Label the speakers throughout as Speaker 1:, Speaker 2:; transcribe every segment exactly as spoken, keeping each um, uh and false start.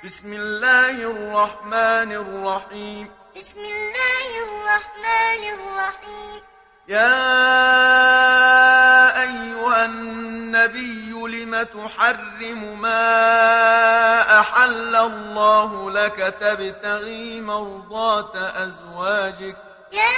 Speaker 1: بسم الله الرحمن الرحيم
Speaker 2: بسم الله الرحمن الرحيم
Speaker 1: يا أيها النبي لم تحرم ما أحل الله لك تبتغي مرضات أزواجك
Speaker 2: يا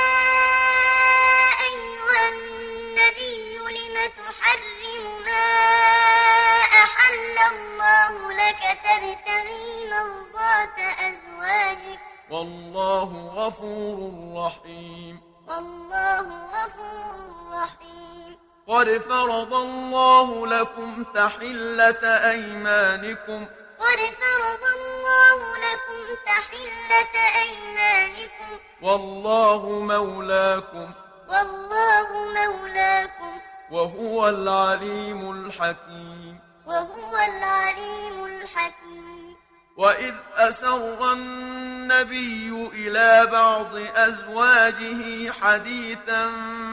Speaker 2: أيها النبي لم تحرم ما أحل الله لك تبتغي مرضات أزواجك
Speaker 1: والله غفور رحيم
Speaker 2: والله غفور رحيم
Speaker 1: قد فرض الله لكم تحلة أيمانكم
Speaker 2: قد فرض الله لكم تحلة أيمانكم
Speaker 1: والله مولاكم
Speaker 2: والله مولاكم
Speaker 1: وهو العليم الحكيم
Speaker 2: وهو العليم الحكيم
Speaker 1: وإذ أسر النبي إلى بعض أزواجه حديثا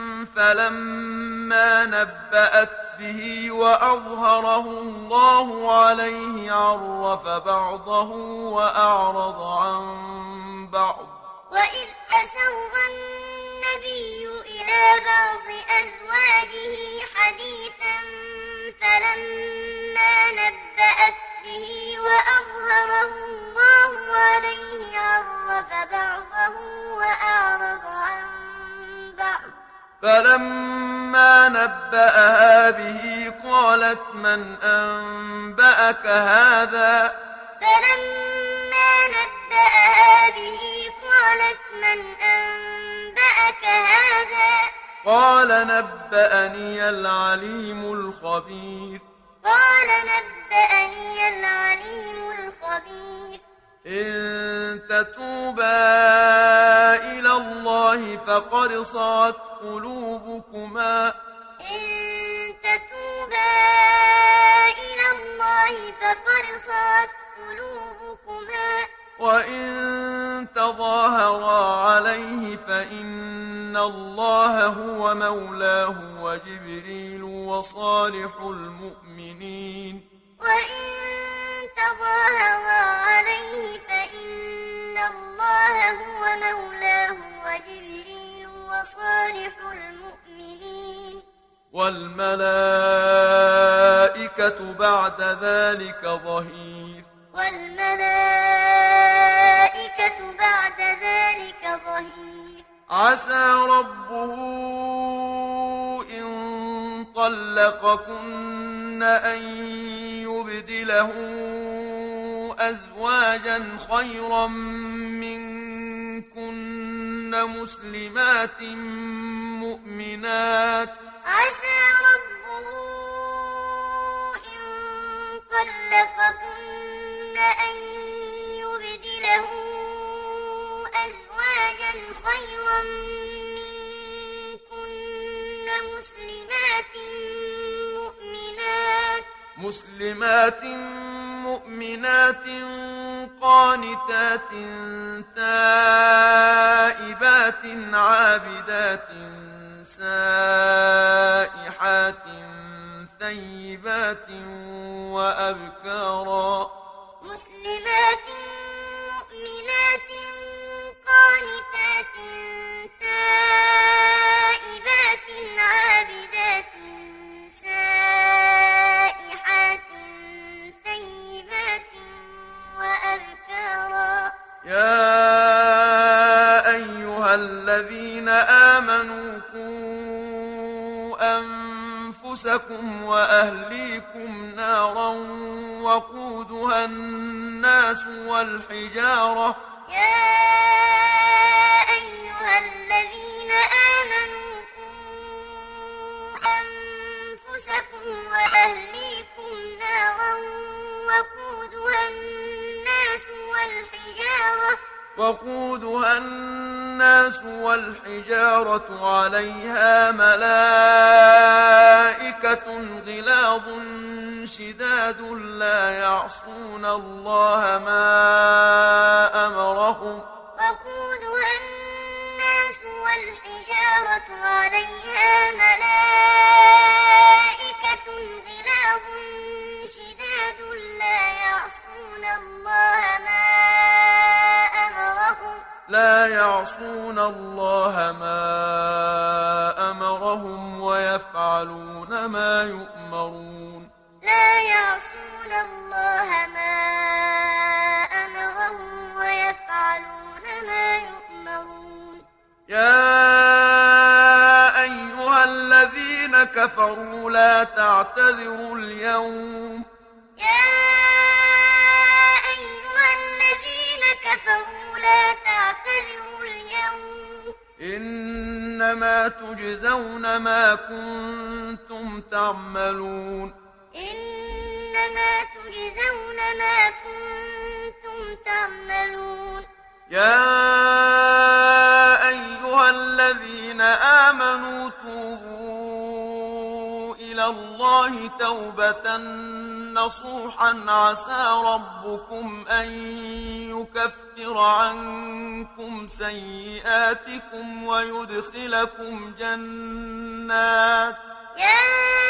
Speaker 1: فلما نبأت به وأظهره الله عليه عرف بعضه وأعرض عن بعض
Speaker 2: وإذ أسر النبي إلى بعض أزواجه حديثا فلما نبأت به وأظهره الله عليه عرف بعضه وأعرض عن بعض
Speaker 1: فلما نبأها به قالت من أنبأك هذا
Speaker 2: فلما نبأها به قالت من أنبأك هذا
Speaker 1: قال نبأني العليم الخبير
Speaker 2: قال نبأني العليم الخبير
Speaker 1: إن تتوبا إلى الله فقد صغت قلوبكما
Speaker 2: إن تتوبا إلى الله فقد صغت قلوبكما
Speaker 1: وإن تظاهرا عليه فإن الله هو مولاه وجبريل وصالح المؤمنين
Speaker 2: وإن تظاهرا عليه فإن الله هو مولاه وجبريل وصالح المؤمنين
Speaker 1: والملائكة بعد ذلك ظهير
Speaker 2: والملائكة بعد ذلك ظهير
Speaker 1: عسى ربه إن طلقكن أن يبدله أزواجا خيرا منكن مسلمات مؤمنات
Speaker 2: عسى ربه إن طلقكن أن يبدله أزواجا خيرا منكن مسلمات مؤمنات
Speaker 1: مسلمات مؤمنات قانتات تائبات عابدات سائحات ثيبات وأبكارا
Speaker 2: مسلمات مؤمنات قانتات تائبات عابدات سائحات ثيبات وأبكارا
Speaker 1: يا أيها الذين آمنوا قوا أنفسكم وأهليكم نارا وقودها الناس والحجارة
Speaker 2: يا أيها الذين آمنوا قوا أنفسكم وأهليكم نارا وقودها الناس والحجارة
Speaker 1: وقودها الناس والحجارة عليها ملائكة غلاظ شداد لا يعصون الله ما أمرهم
Speaker 2: وقودها الناس والحجارة عليها ملائكة غلاظ شداد لا يعصون الله
Speaker 1: لا يعصون الله ما أمرهم ويفعلون ما يؤمرون
Speaker 2: لا يعصون الله ما أمرهم ويفعلون ما يؤمرون
Speaker 1: يا أيها الذين كفروا لا تعتذروا اليوم
Speaker 2: يا أيها الذين كفروا لا تعتذروا اليوم
Speaker 1: إنما تجزون ما كنتم تعملون
Speaker 2: إنما تجزون ما كنتم تعملون
Speaker 1: يا أيها الذين آمنوا توبوا إلى الله توبة نصوحا عسى ربكم أن يكفر عنكم سيئاتكم ويدخلكم جنات
Speaker 2: يا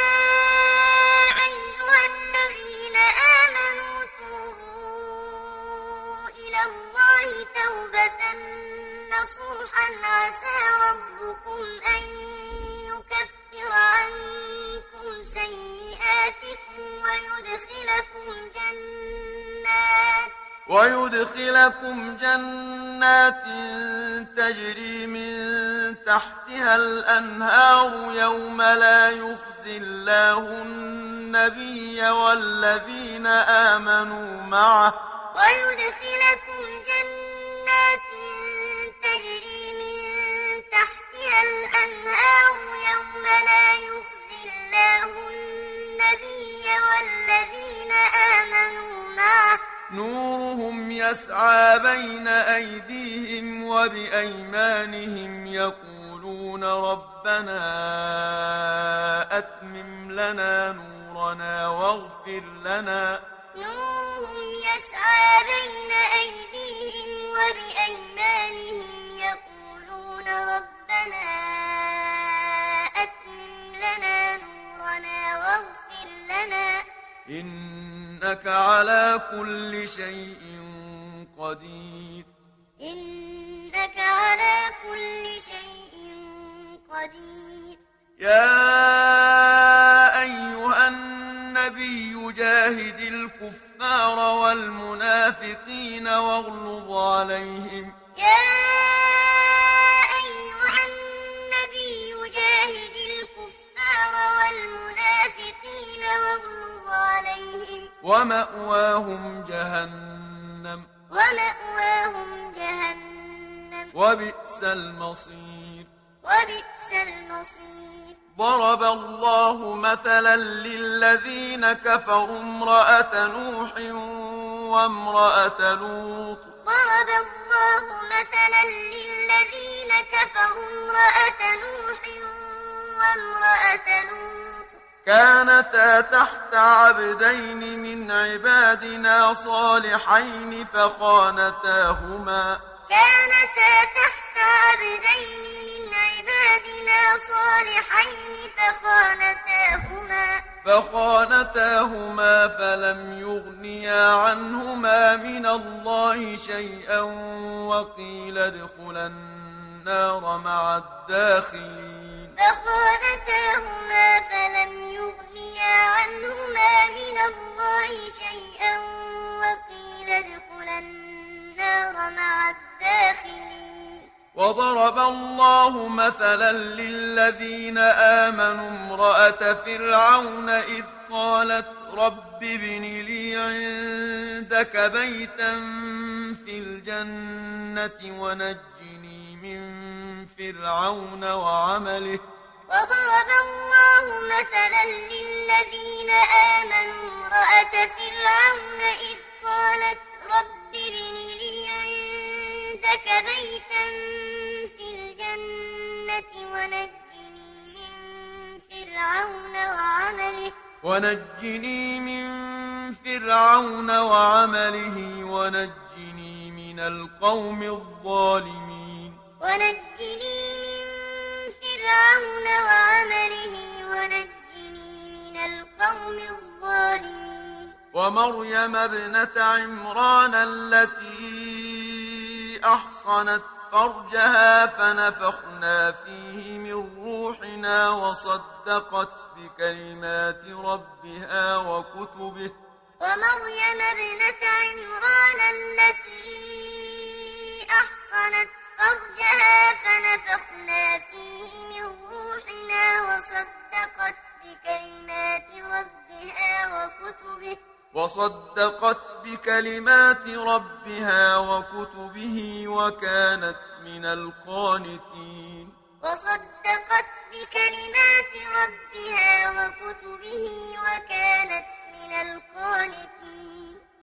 Speaker 2: أيها الذين آمنوا توبوا إلى الله توبة نصوحا عسى ربكم أن يكفر عنكم سيئاتكم ويدخلكم جنات
Speaker 1: ويدخلكم جنات تجري من تحتها الأنهار يوم لا يخزي الله النبي والذين آمنوا معه
Speaker 2: ويدخلكم جنات تجري من تحتها الأنهار يوم لا يخزي الله النبي والذين آمنوا معه
Speaker 1: نورهم يسعى بين أيديهم وبأيمانهم يقولون ربنا أتمم لنا نورنا واغفر لنا
Speaker 2: نورهم يسعى بين أيديهم وبأيمانهم يقولون ربنا أتمم لنا نورنا واغفر لنا
Speaker 1: إنك على كل شيء قدير
Speaker 2: إنك على كل شيء قدير
Speaker 1: يا أيها النبي جاهد الكفار والمنافقين واغلظ عليهم
Speaker 2: يا أيها النبي جاهد الكفار والمنافقين واغلظ عليهم
Speaker 1: ومأواهم جهنم
Speaker 2: ومأواهم جهنم
Speaker 1: وبئس المصير
Speaker 2: وبئس المصير
Speaker 1: ضرب الله مثلا للذين كفروا امرأة نوح وامرأة لوط
Speaker 2: ضرب الله مثلا للذين كفروا امرأة نوح وامرأة لوط
Speaker 1: كانتا تحت عبدين من عبادنا صالحين فخانتاهما
Speaker 2: كانتا تحت عبدين من عبادنا صالحين فخانتاهما
Speaker 1: فخانتاهما فلم يغنيا عنهما من الله شيئا وقيل ادخلا النار مع الداخلين
Speaker 2: فخانتاهما فلم يغنيا عنهما من الله شيئا وقيل ادخلا النار مع الداخلين
Speaker 1: وضرب الله مثلا للذين آمنوا امرأة فرعون إذ قالت رب ابن لي عندك بيتا في الجنة ونجني من فرعون وعمله
Speaker 2: وضرب الله مثلا للذين آمنوا امرأة فرعون إذ قالت رب ابن لي عندك بيتا في الجنة ونجني من فرعون وعمله
Speaker 1: ونجني من فرعون وعمله ونجني من القوم الظالمين
Speaker 2: ونجني من فرعون وعمله ونجني من القوم الظالمين
Speaker 1: ومريم ابنة عمران التي أحصنت فرجها فنفخنا فيه من روحنا وصدقت بكلمات ربها وكتبه
Speaker 2: ومريم ابنة عمران التي أحصنت فرجها فنفخنا فيه من روحنا وصدقت بكلمات ربها وكتبه
Speaker 1: وصدقت بكلمات ربها وكتبه وكانت من القانتين
Speaker 2: وصدقت بكلمات ربها وكتبه وكانت من القانتين